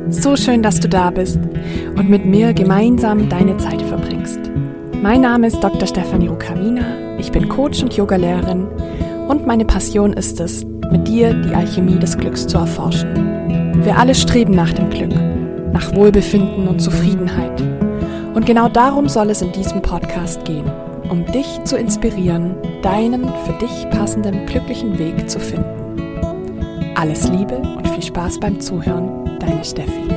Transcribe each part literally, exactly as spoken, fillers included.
So schön, dass du da bist und mit mir gemeinsam deine Zeit verbringst. Mein Name ist Doktor Stefanie Rukavina, ich bin Coach und Yogalehrerin und meine Passion ist es, mit dir die Alchemie des Glücks zu erforschen. Wir alle streben nach dem Glück, nach Wohlbefinden und Zufriedenheit. Und genau darum soll es in diesem Podcast gehen, um dich zu inspirieren, deinen für dich passenden glücklichen Weg zu finden. Alles Liebe und viel Spaß beim Zuhören, deine Steffi.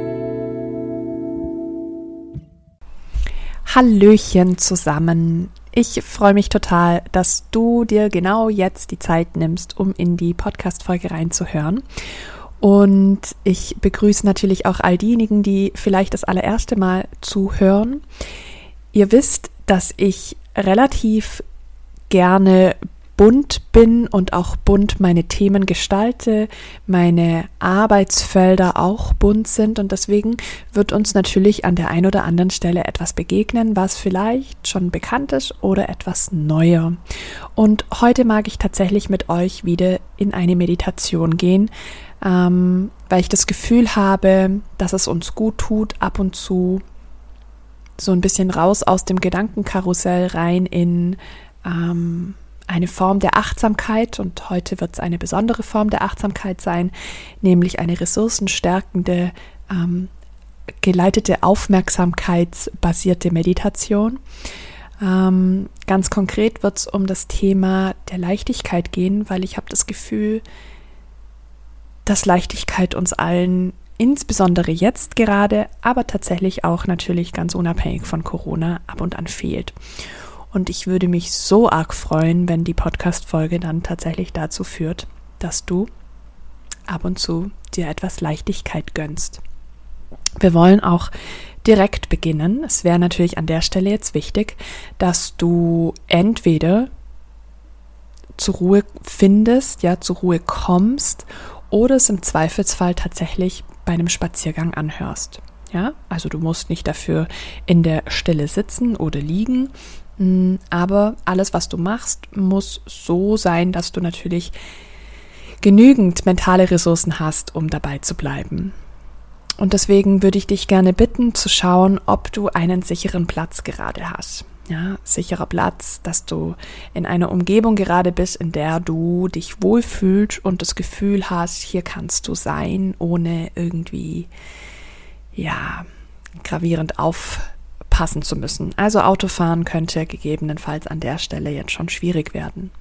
Hallöchen zusammen. Ich freue mich total, dass du dir genau jetzt die Zeit nimmst, um in die Podcast-Folge reinzuhören. Und ich begrüße natürlich auch all diejenigen, die vielleicht das allererste Mal zuhören. Ihr wisst, dass ich relativ gerne bunt bin und auch bunt meine Themen gestalte, meine Arbeitsfelder auch bunt sind und deswegen wird uns natürlich an der einen oder anderen Stelle etwas begegnen, was vielleicht schon bekannt ist oder etwas neuer. Und heute mag ich tatsächlich mit euch wieder in eine Meditation gehen, ähm, weil ich das Gefühl habe, dass es uns gut tut, ab und zu so ein bisschen raus aus dem Gedankenkarussell rein in ähm, eine Form der Achtsamkeit, und heute wird es eine besondere Form der Achtsamkeit sein, nämlich eine ressourcenstärkende, ähm, geleitete aufmerksamkeitsbasierte Meditation. Ähm, ganz konkret wird es um das Thema der Leichtigkeit gehen, weil ich habe das Gefühl, dass Leichtigkeit uns allen, insbesondere jetzt gerade, aber tatsächlich auch natürlich ganz unabhängig von Corona, ab und an fehlt. Und ich würde mich so arg freuen, wenn die Podcast-Folge dann tatsächlich dazu führt, dass du ab und zu dir etwas Leichtigkeit gönnst. Wir wollen auch direkt beginnen. Es wäre natürlich an der Stelle jetzt wichtig, dass du entweder zur Ruhe findest, ja, zur Ruhe kommst oder es im Zweifelsfall tatsächlich bei einem Spaziergang anhörst. Ja, also du musst nicht dafür in der Stille sitzen oder liegen, aber alles, was du machst, muss so sein, dass du natürlich genügend mentale Ressourcen hast, um dabei zu bleiben. Und deswegen würde ich dich gerne bitten, zu schauen, ob du einen sicheren Platz gerade hast. Ja, sicherer Platz, dass du in einer Umgebung gerade bist, in der du dich wohlfühlst und das Gefühl hast, hier kannst du sein, ohne irgendwie, ja, gravierend auf passen zu müssen. Also Autofahren könnte gegebenenfalls an der Stelle jetzt schon schwierig werden.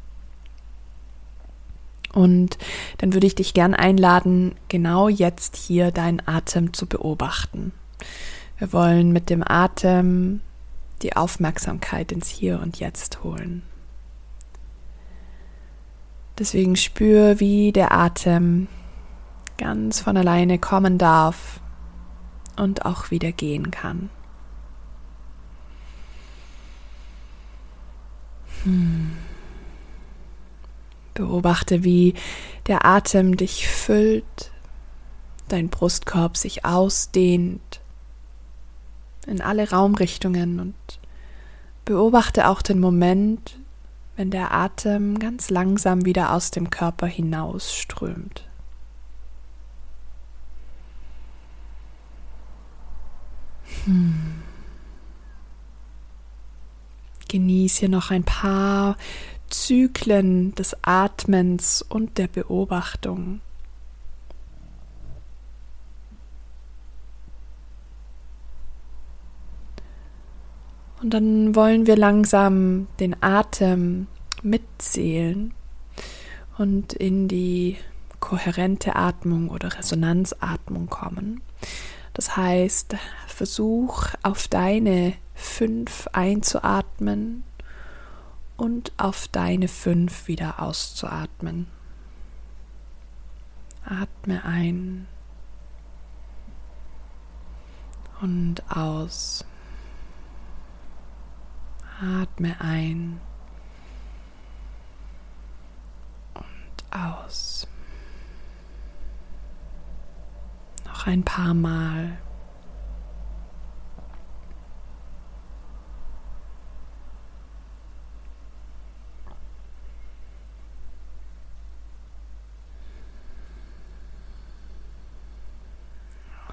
Und dann würde ich dich gern einladen, genau jetzt hier deinen Atem zu beobachten. Wir wollen mit dem Atem die Aufmerksamkeit ins Hier und Jetzt holen. Deswegen spür, wie der Atem ganz von alleine kommen darf und auch wieder gehen kann. Hm. Beobachte, wie der Atem dich füllt, dein Brustkorb sich ausdehnt in alle Raumrichtungen und beobachte auch den Moment, wenn der Atem ganz langsam wieder aus dem Körper hinausströmt. Hm. Genieß hier noch ein paar Zyklen des Atmens und der Beobachtung. Und dann wollen wir langsam den Atem mitzählen und in die kohärente Atmung oder Resonanzatmung kommen. Das heißt, versuch auf deine fünf einzuatmen und auf deine fünf wieder auszuatmen. Atme ein und aus. Atme ein und aus. Noch ein paar Mal.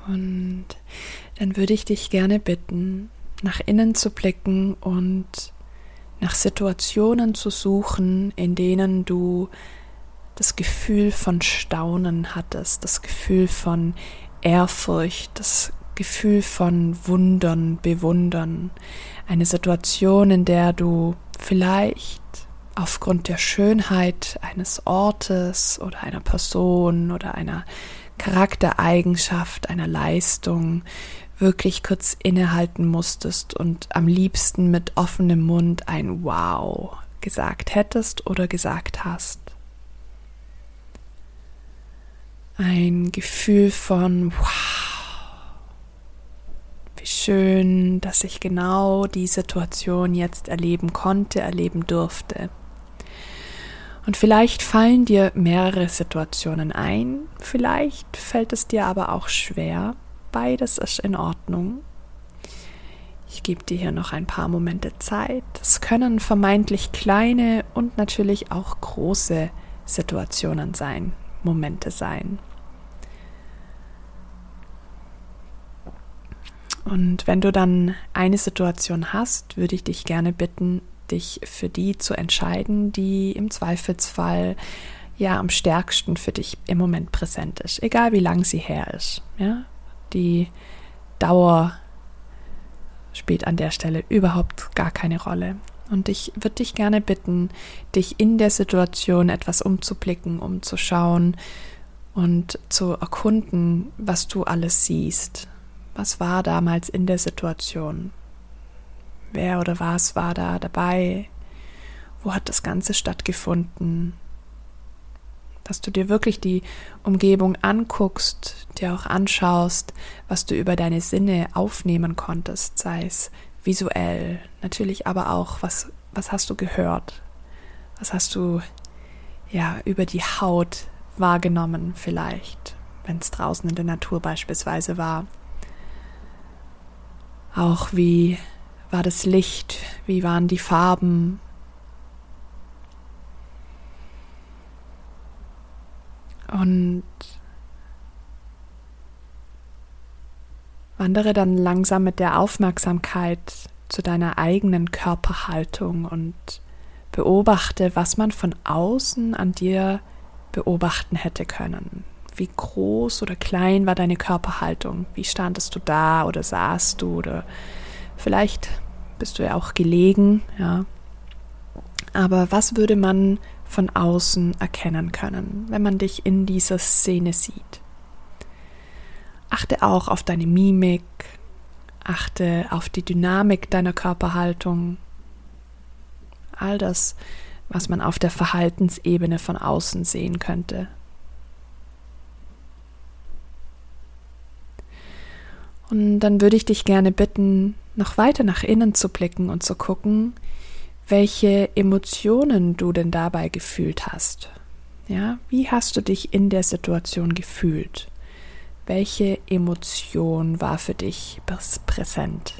Und dann würde ich dich gerne bitten, nach innen zu blicken und nach Situationen zu suchen, in denen du das Gefühl von Staunen hattest, das Gefühl von Ehrfurcht, das Gefühl von Wundern, Bewundern. Eine Situation, in der du vielleicht aufgrund der Schönheit eines Ortes oder einer Person oder einer Charaktereigenschaft, einer Leistung wirklich kurz innehalten musstest und am liebsten mit offenem Mund ein Wow gesagt hättest oder gesagt hast. Ein Gefühl von Wow, wie schön, dass ich genau die Situation jetzt erleben konnte, erleben durfte. Und vielleicht fallen dir mehrere Situationen ein, vielleicht fällt es dir aber auch schwer. Beides ist in Ordnung. Ich gebe dir hier noch ein paar Momente Zeit. Es können vermeintlich kleine und natürlich auch große Situationen sein, Momente sein. Und wenn du dann eine Situation hast, würde ich dich gerne bitten, dich für die zu entscheiden, die im Zweifelsfall ja am stärksten für dich im Moment präsent ist, egal wie lang sie her ist. Ja? Die Dauer spielt an der Stelle überhaupt gar keine Rolle. Und ich würde dich gerne bitten, dich in der Situation etwas umzublicken, umzuschauen und zu erkunden, was du alles siehst. Was war damals in der Situation? Wer oder was war da dabei? Wo hat das Ganze stattgefunden? Dass du dir wirklich die Umgebung anguckst, dir auch anschaust, was du über deine Sinne aufnehmen konntest, sei es visuell, natürlich aber auch, was, was hast du gehört? Was hast du ja über die Haut wahrgenommen vielleicht, wenn es draußen in der Natur beispielsweise war? Auch wie war das Licht, wie waren die Farben? Und wandere dann langsam mit der Aufmerksamkeit zu deiner eigenen Körperhaltung und beobachte, was man von außen an dir beobachten hätte können. Wie groß oder klein war deine Körperhaltung? Wie standest du da oder saßt du? Oder vielleicht bist du ja auch gelegen, ja. Aber was würde man von außen erkennen können, wenn man dich in dieser Szene sieht? Achte auch auf deine Mimik, achte auf die Dynamik deiner Körperhaltung. All das, was man auf der Verhaltensebene von außen sehen könnte. Und dann würde ich dich gerne bitten, noch weiter nach innen zu blicken und zu gucken, welche Emotionen du denn dabei gefühlt hast. Ja, wie hast du dich in der Situation gefühlt? Welche Emotion war für dich präsent?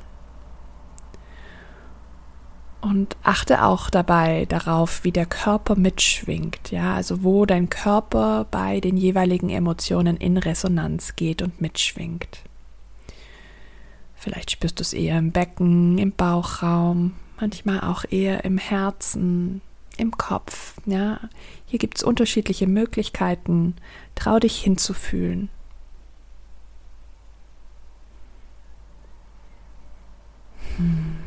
Und achte auch dabei darauf, wie der Körper mitschwingt, ja, also wo dein Körper bei den jeweiligen Emotionen in Resonanz geht und mitschwingt. Vielleicht spürst du es eher im Becken, im Bauchraum, manchmal auch eher im Herzen, im Kopf. Ja, hier gibt es unterschiedliche Möglichkeiten. Trau dich hinzufühlen. Hm.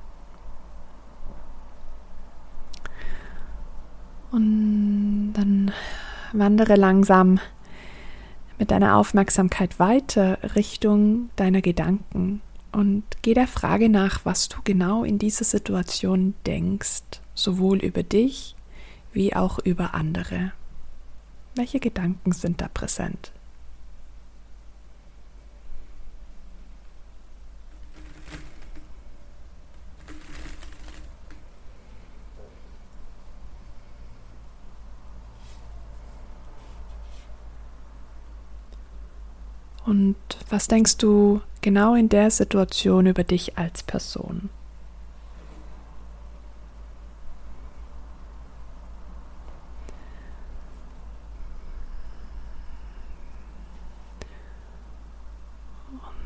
Und dann wandere langsam mit deiner Aufmerksamkeit weiter Richtung deiner Gedanken und geh der Frage nach, was du genau in dieser Situation denkst, sowohl über dich wie auch über andere. Welche Gedanken sind da präsent? Und was denkst du genau in der Situation über dich als Person?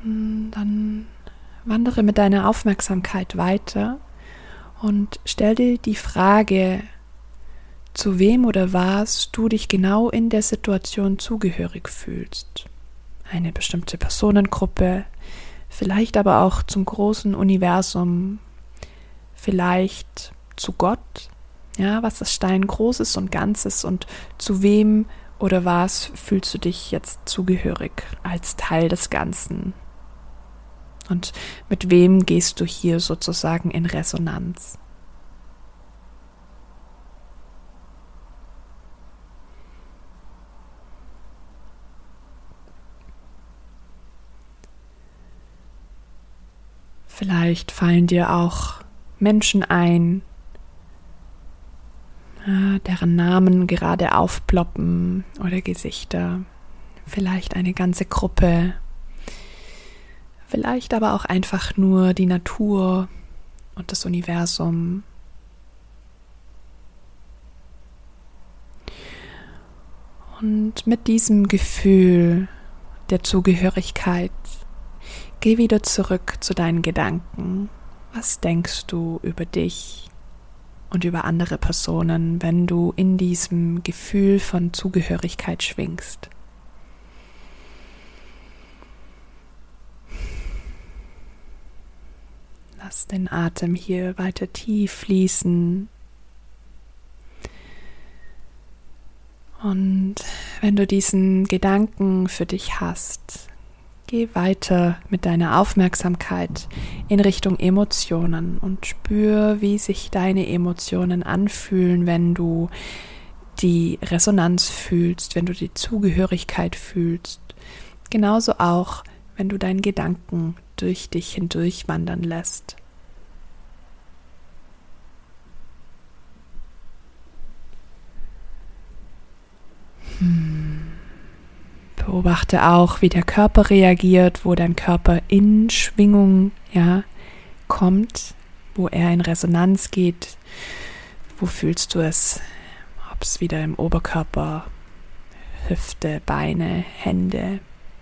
Dann wandere mit deiner Aufmerksamkeit weiter und stell dir die Frage, zu wem oder was du dich genau in der Situation zugehörig fühlst. Eine bestimmte Personengruppe, vielleicht aber auch zum großen Universum, vielleicht zu Gott. Ja, was ist dein Großes und Ganzes und zu wem oder was fühlst du dich jetzt zugehörig als Teil des Ganzen? Und mit wem gehst du hier sozusagen in Resonanz? Vielleicht fallen dir auch Menschen ein, deren Namen gerade aufploppen oder Gesichter. Vielleicht eine ganze Gruppe. Vielleicht aber auch einfach nur die Natur und das Universum. Und mit diesem Gefühl der Zugehörigkeit geh wieder zurück zu deinen Gedanken. Was denkst du über dich und über andere Personen, wenn du in diesem Gefühl von Zugehörigkeit schwingst? Lass den Atem hier weiter tief fließen. Und wenn du diesen Gedanken für dich hast, geh weiter mit deiner Aufmerksamkeit in Richtung Emotionen und spür, wie sich deine Emotionen anfühlen, wenn du die Resonanz fühlst, wenn du die Zugehörigkeit fühlst. Genauso auch, wenn du deinen Gedanken durch dich hindurch wandern lässt. Hm. Beobachte auch, wie der Körper reagiert, wo dein Körper in Schwingung ja, kommt, wo er in Resonanz geht. Wo fühlst du es? Ob es wieder im Oberkörper, Hüfte, Beine, Hände.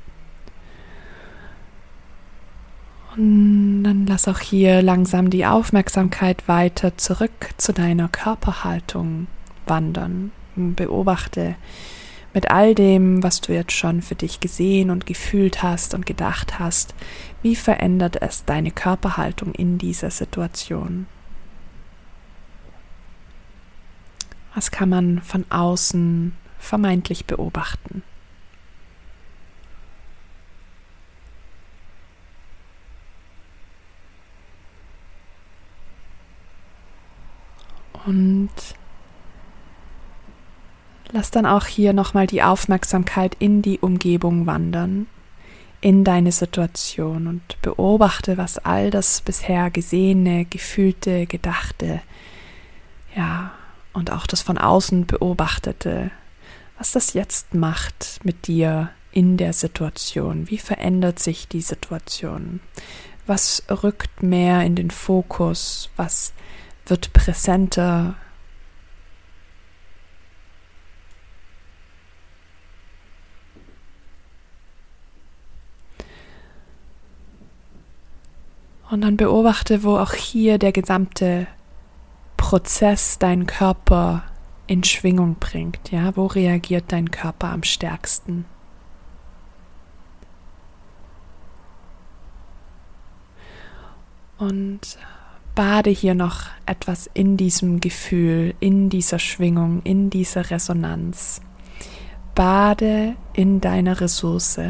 Und dann lass auch hier langsam die Aufmerksamkeit weiter zurück zu deiner Körperhaltung wandern. Beobachte mit all dem, was du jetzt schon für dich gesehen und gefühlt hast und gedacht hast, wie verändert es deine Körperhaltung in dieser Situation? Was kann man von außen vermeintlich beobachten? Und lass dann auch hier nochmal die Aufmerksamkeit in die Umgebung wandern, in deine Situation und beobachte, was all das bisher Gesehene, Gefühlte, Gedachte, ja, und auch das von außen Beobachtete, was das jetzt macht mit dir in der Situation. Wie verändert sich die Situation? Was rückt mehr in den Fokus? Was wird präsenter? Und dann beobachte, wo auch hier der gesamte Prozess deinen Körper in Schwingung bringt. Ja, wo reagiert dein Körper am stärksten? Und bade hier noch etwas in diesem Gefühl, in dieser Schwingung, in dieser Resonanz. Bade in deiner Ressource.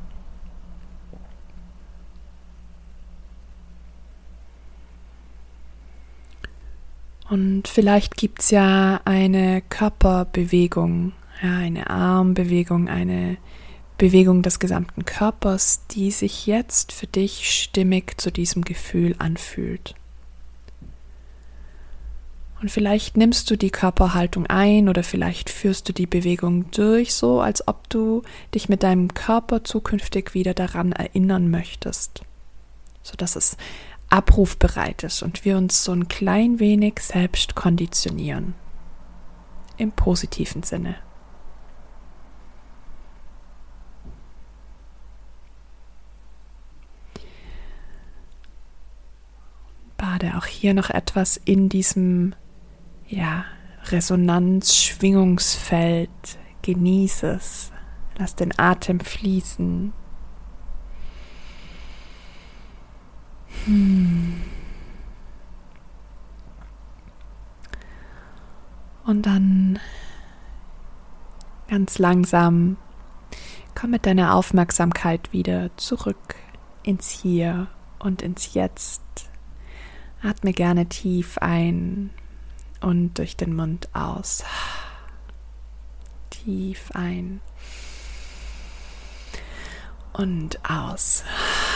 Und vielleicht gibt es ja eine Körperbewegung, ja, eine Armbewegung, eine Bewegung des gesamten Körpers, die sich jetzt für dich stimmig zu diesem Gefühl anfühlt. Und vielleicht nimmst du die Körperhaltung ein oder vielleicht führst du die Bewegung durch, so als ob du dich mit deinem Körper zukünftig wieder daran erinnern möchtest, sodass es abrufbereit ist und wir uns so ein klein wenig selbst konditionieren. Im positiven Sinne. Bade auch hier noch etwas in diesem, ja, Resonanz-Schwingungsfeld. Genieße es. Lass den Atem fließen. Hm. Und dann ganz langsam komm mit deiner Aufmerksamkeit wieder zurück ins Hier und ins Jetzt. Atme gerne tief ein und durch den Mund aus. Tief ein und aus.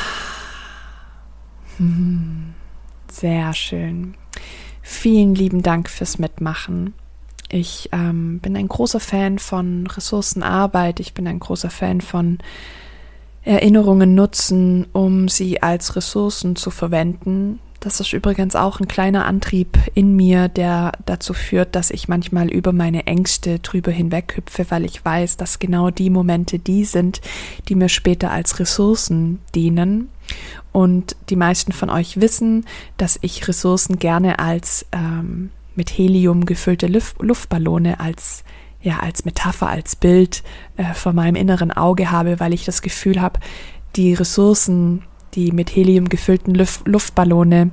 Sehr schön. Vielen lieben Dank fürs Mitmachen. Ich ähm, bin ein großer Fan von Ressourcenarbeit. Ich bin ein großer Fan von Erinnerungen nutzen, um sie als Ressourcen zu verwenden. Das ist übrigens auch ein kleiner Antrieb in mir, der dazu führt, dass ich manchmal über meine Ängste drüber hinweghüpfe, weil ich weiß, dass genau die Momente die sind, die mir später als Ressourcen dienen. Und die meisten von euch wissen, dass ich Ressourcen gerne als ähm, mit Helium gefüllte Luft- Luftballone als ja als Metapher, als Bild äh, vor meinem inneren Auge habe, weil ich das Gefühl habe, die Ressourcen, die mit Helium gefüllten Luft- Luftballone,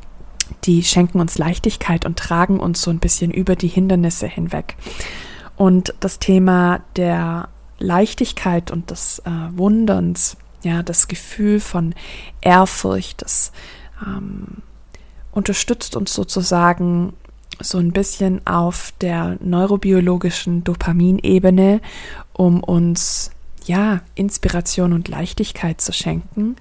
die schenken uns Leichtigkeit und tragen uns so ein bisschen über die Hindernisse hinweg. Und das Thema der Leichtigkeit und des äh, Wunderns, ja, das Gefühl von Ehrfurcht, das ähm, unterstützt uns sozusagen so ein bisschen auf der neurobiologischen Dopaminebene, um uns ja Inspiration und Leichtigkeit zu schenken.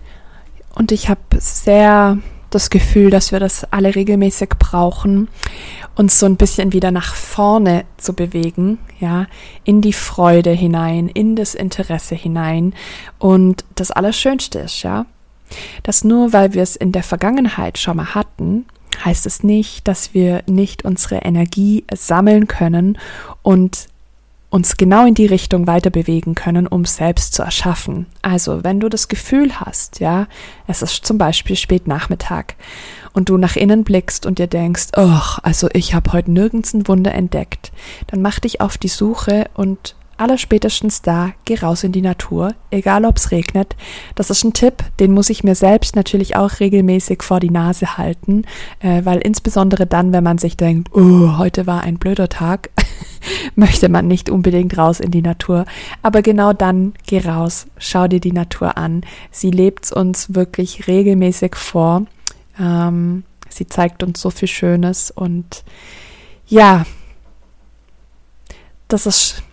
Und ich habe sehr das Gefühl, dass wir das alle regelmäßig brauchen, uns so ein bisschen wieder nach vorne zu bewegen, ja, in die Freude hinein, in das Interesse hinein. Und das Allerschönste ist, ja, dass nur weil wir es in der Vergangenheit schon mal hatten, heißt es nicht, dass wir nicht unsere Energie sammeln können und uns genau in die Richtung weiter bewegen können, um es selbst zu erschaffen. Also, wenn du das Gefühl hast, ja, es ist zum Beispiel spät Nachmittag und du nach innen blickst und dir denkst, ach, also ich habe heute nirgends ein Wunder entdeckt, dann mach dich auf die Suche und allerspätestens da, geh raus in die Natur, egal ob es regnet. Das ist ein Tipp, den muss ich mir selbst natürlich auch regelmäßig vor die Nase halten, äh, weil insbesondere dann, wenn man sich denkt, oh, heute war ein blöder Tag, möchte man nicht unbedingt raus in die Natur. Aber genau dann, geh raus, schau dir die Natur an. Sie lebt uns wirklich regelmäßig vor. Ähm, sie zeigt uns so viel Schönes und ja, das ist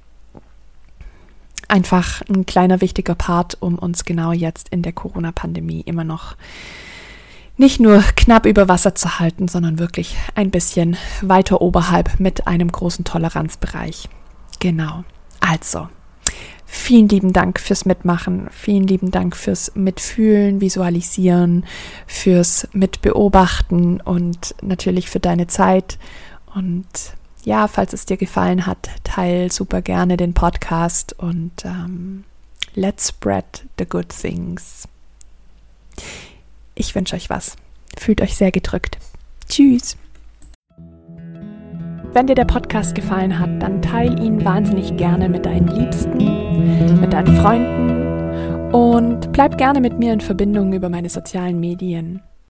einfach ein kleiner wichtiger Part, um uns genau jetzt in der Corona-Pandemie immer noch nicht nur knapp über Wasser zu halten, sondern wirklich ein bisschen weiter oberhalb mit einem großen Toleranzbereich. Genau. Also, vielen lieben Dank fürs Mitmachen, vielen lieben Dank fürs Mitfühlen, Visualisieren, fürs Mitbeobachten und natürlich für deine Zeit. Und ja, falls es dir gefallen hat, teil super gerne den Podcast und ähm, let's spread the good things. Ich wünsche euch was. Fühlt euch sehr gedrückt. Tschüss. Wenn dir der Podcast gefallen hat, dann teil ihn wahnsinnig gerne mit deinen Liebsten, mit deinen Freunden und bleib gerne mit mir in Verbindung über meine sozialen Medien.